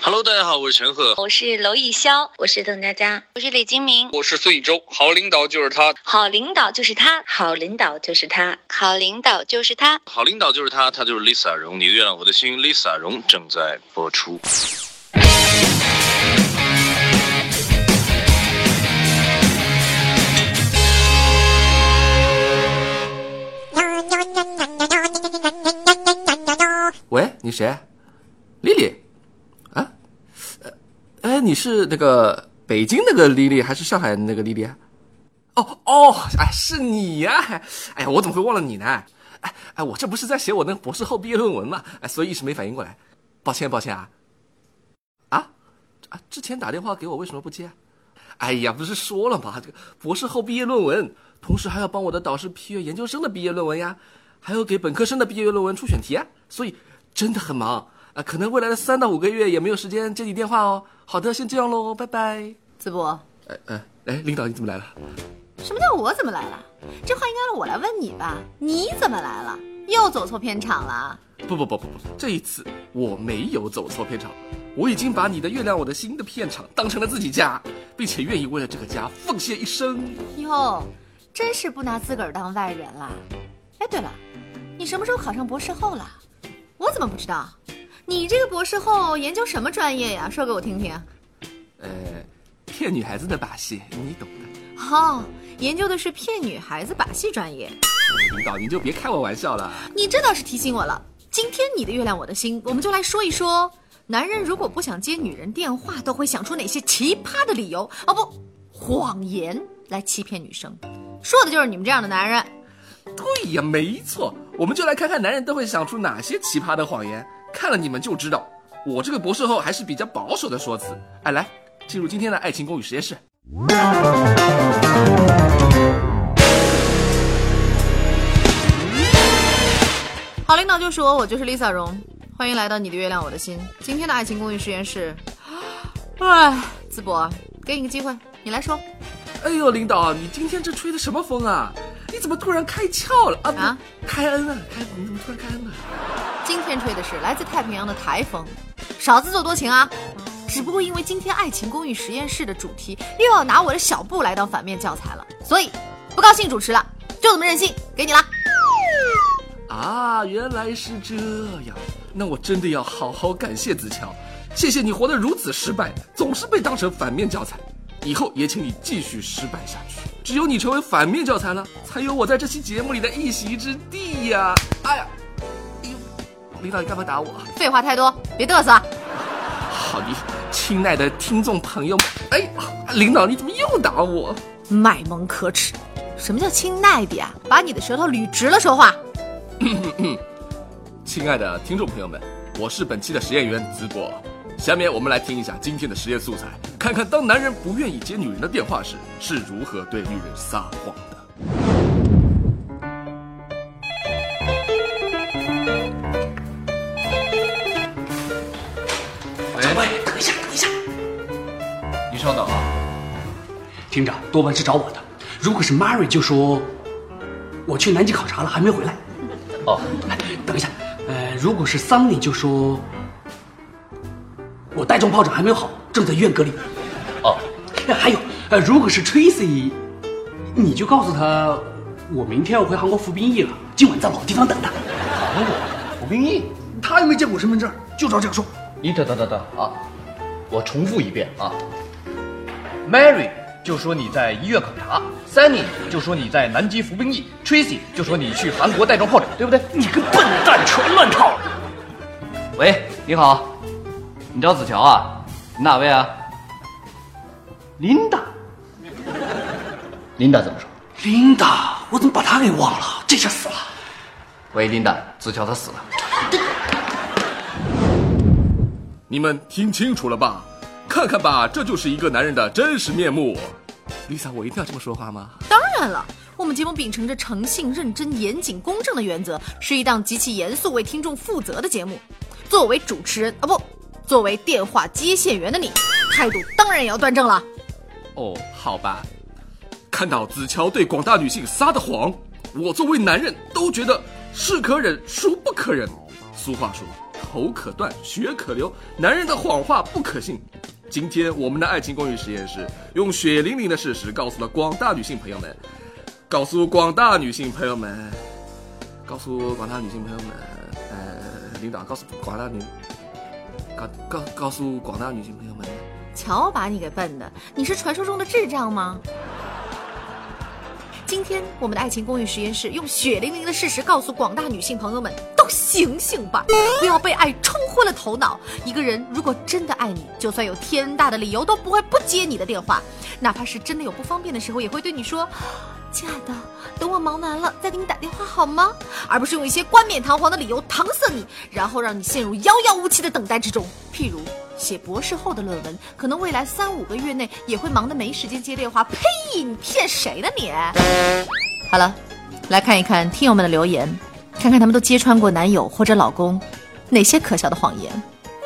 Hello， 大家好，我是陈赫， 我是娄艺潇，我是邓家佳， 我是李金铭， 我是孙艺洲。好领导就是他， 好领导就是他，好领导就是他， 好领导就是他， 好领导就是他，他就是 Lisa 荣。你的月亮我的心 ，Lisa 荣正在播出。 喂，你谁？丽丽？啊？你是那个北京那个丽丽，还是上海那个丽丽啊？哦，是你呀！哎呀，我怎么会忘了你呢？我这不是在写我那个博士后毕业论文嘛，所以一时没反应过来，抱歉啊！之前打电话给我为什么不接？哎呀，不是说了吗？这个博士后毕业论文，同时还要帮我的导师批阅研究生的毕业论文呀，还要给本科生的毕业论文出选题啊，所以真的很忙可能未来的3到5个月也没有时间接你电话哦。好的，先这样喽，拜拜。 淄博， 领导你怎么来了？ 什么叫我怎么来了？这话应该我来问你吧？你怎么来了？又走错片场了？ 不，这一次我没有走错片场，我已经把你的月亮我的心的片场当成了自己家，并且愿意为了这个家奉献一生。 哟，真是不拿自个儿当外人啦。哎，对了，你什么时候考上博士后了？我怎么不知道？你这个博士后研究什么专业呀？说给我听听。 骗女孩子的把戏，你懂的。 哦，研究的是骗女孩子把戏专业。 领导，你就别开我玩笑了。 你这倒是提醒我了。今天你的月亮我的心，我们就来说一说，男人如果不想接女人电话，都会想出哪些奇葩的理由谎言来欺骗女生。说的就是你们这样的男人。 对呀，没错，我们就来看看男人都会想出哪些奇葩的谎言，看了你们就知道，我这个博士后还是比较保守的说辞。来，进入今天的爱情公寓实验室。 好领导就是我就是 Lisa 荣，欢迎来到你的月亮我的心。今天的爱情公寓实验室，淄博，给你个机会，你来说。 哎呦，领导，你今天这吹的什么风啊？你怎么突然开窍了啊？开恩了，你怎么突然开恩了？ 今天吹的是来自太平洋的台风，少自作多情啊！只不过因为今天爱情公寓实验室的主题又要拿我的小布来当反面教材了，所以不高兴主持了，就这么任性，给你了。 原来是这样，那我真的要好好感谢子乔，谢谢你活得如此失败，总是被当成反面教材，以后也请你继续失败下去，只有你成为反面教材了，才有我在这期节目里的一席之地呀！领导你干嘛打我？ 废话太多，别嘚瑟。 好的，亲爱的听众朋友们，领导你怎么又打我？ 卖萌可耻！什么叫亲耐的呀？把你的舌头捋直了说话。 亲爱的听众朋友们，我是本期的实验员淄博。下面我们来听一下今天的实验素材，看看当男人不愿意接女人的电话时，是如何对女人撒谎的。 喂，等一下， 你稍等啊。 厅长多半是找我的。如果是 Mary 就说我去南极考察了，还没回来。等一下，如果是 Sunny 就说我带状疱疹还没有好，正在医院隔离。还有，如果是 Tracy， 你就告诉他我明天要回韩国服兵役了，今晚在老地方等他。 韩国服兵役？ 他又没见过身份证，就照这样说。 你等啊！我重复一遍啊 ！Mary 就说你在医院考察 ，Sunny 就说你在南极服兵役 ，Tracy 就说你去韩国带状疱疹，对不对？ 你个笨蛋，全乱套。 喂，你好，你找子乔啊？你哪位啊？ 琳达怎么说？ 琳达，我怎么把她给忘了？这下死了。 喂，琳达，子乔他死了。 你们听清楚了吧？看看吧，这就是一个男人的真实面目。Lisa， 我一定要这么说话吗？ 当然了，我们节目秉承着诚信、认真、严谨、公正的原则，是一档极其严肃、为听众负责的节目。作为主持人作为电话接线员的你，态度当然也要端正了。 好吧。看到子乔对广大女性撒的谎，我作为男人都觉得是可忍孰不可忍。俗话说， 口可断，血可流，男人的谎话不可信。今天我们的爱情公寓实验室用血淋淋的事实告诉了广大女性朋友们，告诉广大女性朋友们，领导告诉广大女性朋友们， 瞧把你给笨的，你是传说中的智障吗？今天我们的爱情公寓实验室用血淋淋的事实告诉广大女性朋友们，都醒醒吧，不要被爱冲昏了头脑。一个人如果真的爱你，就算有天大的理由都不会不接你的电话，哪怕是真的有不方便的时候，也会对你说，亲爱的，等我忙完了再给你打电话好吗？而不是用一些冠冕堂皇的理由搪塞你，然后让你陷入遥遥无期的等待之中。譬如写博士后的论文，可能未来3-5个月内也会忙得没时间接电话。呸！你骗谁呢你？好了，来看一看听友们的留言，看看他们都揭穿过男友或者老公哪些可笑的谎言。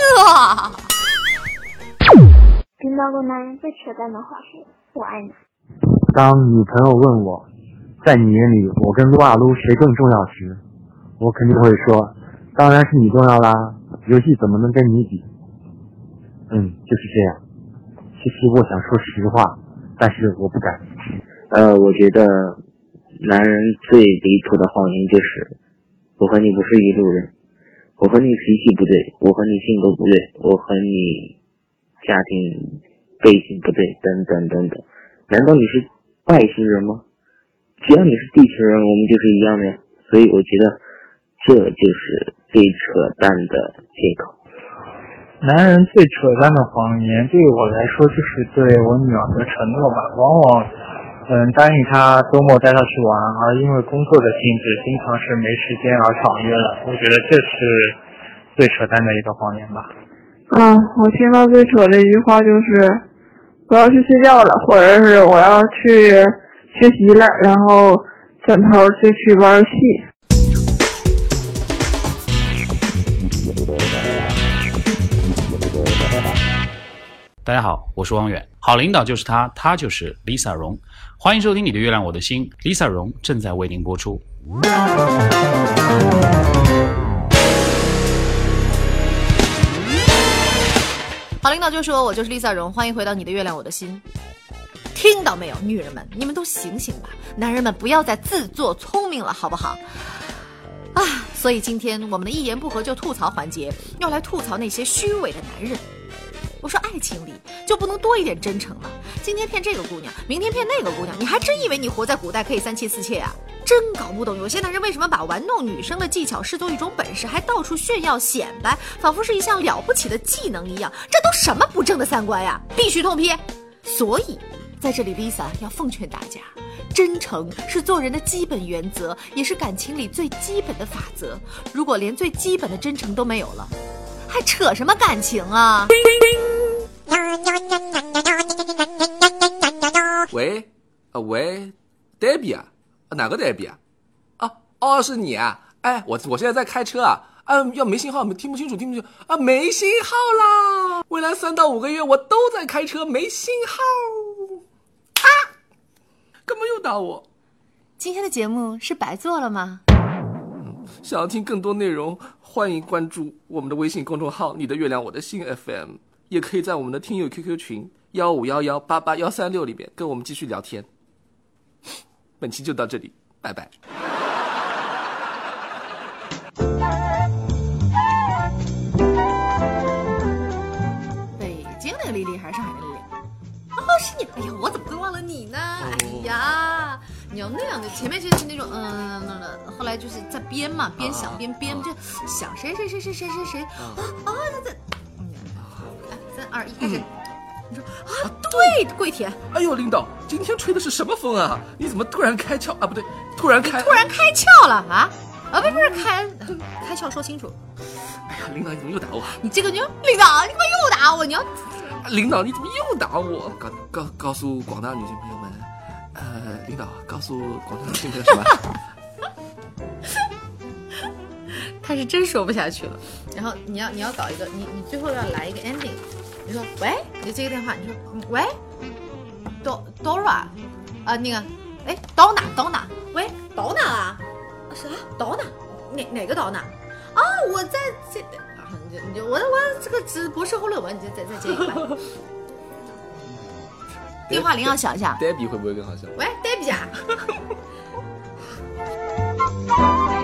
听到过男人最扯淡的话是我爱你。 当女朋友问我，在你眼里我跟撸啊撸谁更重要时，我肯定会说，当然是你重要啦，游戏怎么能跟你比？就是这样。其实我想说实话，但是我不敢。 我觉得男人最离谱的谎言就是，我和你不是一路人，我和你脾气不对，我和你性格不对，我和你家庭背景不对，等等等等。难道你是外星人吗？只要你是地球人，我们就是一样的呀。所以我觉得这就是最扯淡的借口。 男人最扯淡的谎言对我来说就是对我女儿的承诺吧，往往答应她周末带她去玩，而因为工作的性质经常是没时间而爽约了。我觉得这是最扯淡的一个谎言吧。 我听到最扯的一句话就是我要去睡觉了，或者是我要去学习了，然后转头就去玩游戏。 大家好，我是汪远。好领导就是他，他就是 Lisa 荣。欢迎收听你的月亮我的心 ，Lisa 荣正在为您播出。 好领导就说，我就是 Lisa 荣，欢迎回到你的月亮我的心。听到没有，女人们，你们都醒醒吧！男人们不要再自作聪明了，好不好？所以今天我们的一言不合就吐槽环节，要来吐槽那些虚伪的男人。我说爱情里就不能多一点真诚吗？今天骗这个姑娘，明天骗那个姑娘，你还真以为你活在古代可以3妻4妾啊？真搞不懂有些男人为什么把玩弄女生的技巧视作一种本事，还到处炫耀显摆，仿佛是一项了不起的技能一样。这都什么不正的三观呀，必须痛批。所以在这里 Lisa 要奉劝大家，真诚是做人的基本原则，也是感情里最基本的法则。如果连最基本的真诚都没有了，还扯什么感情啊？ 喂 Debbie 啊，哪个 Debbie 啊？是你啊？哎，我现在在开车啊，要没信号，听不清楚啊，没信号啦！未来3到5个月我都在开车，没信号啊！干嘛又打我？ 今天的节目是白做了吗？ 想要听更多内容，欢迎关注我们的微信公众号“你的月亮我的心 FM”， 也可以在我们的听友 QQ 群1511881366里面跟我们继续聊天。本期就到这里，拜拜。 北京那个丽丽还是上海的丽丽？是你！哎呀，我怎么会忘了你呢？哎呀，你要那样的，前面就是那种后来就是在编嘛，边想边编，就想谁这3、2、1开始。你说对，跪舔。 哎呦，领导，今天吹的是什么风啊？你怎么突然开窍啊？不对，突然开窍了啊？不是开窍，说清楚。 哎呀，领导你怎么又打我？ 你这个领导，你干嘛又打我？你要。 领导，你怎么又打我？告诉广大女性朋友们，领导告诉广大女性朋友什么？ 他是真说不下去了。然后你要搞一个，你最后要来一个 ending。你说喂，你接个电话，你说喂 ，Dora， 那个，Donna， 喂 Donna 啊，啥 Donna？ 哪个 Donna？ 我在这， 你就我这个只博士后论文，你就再接一个吧。电话铃要响一下。 黛比会不会更好笑？ 喂，黛比啊。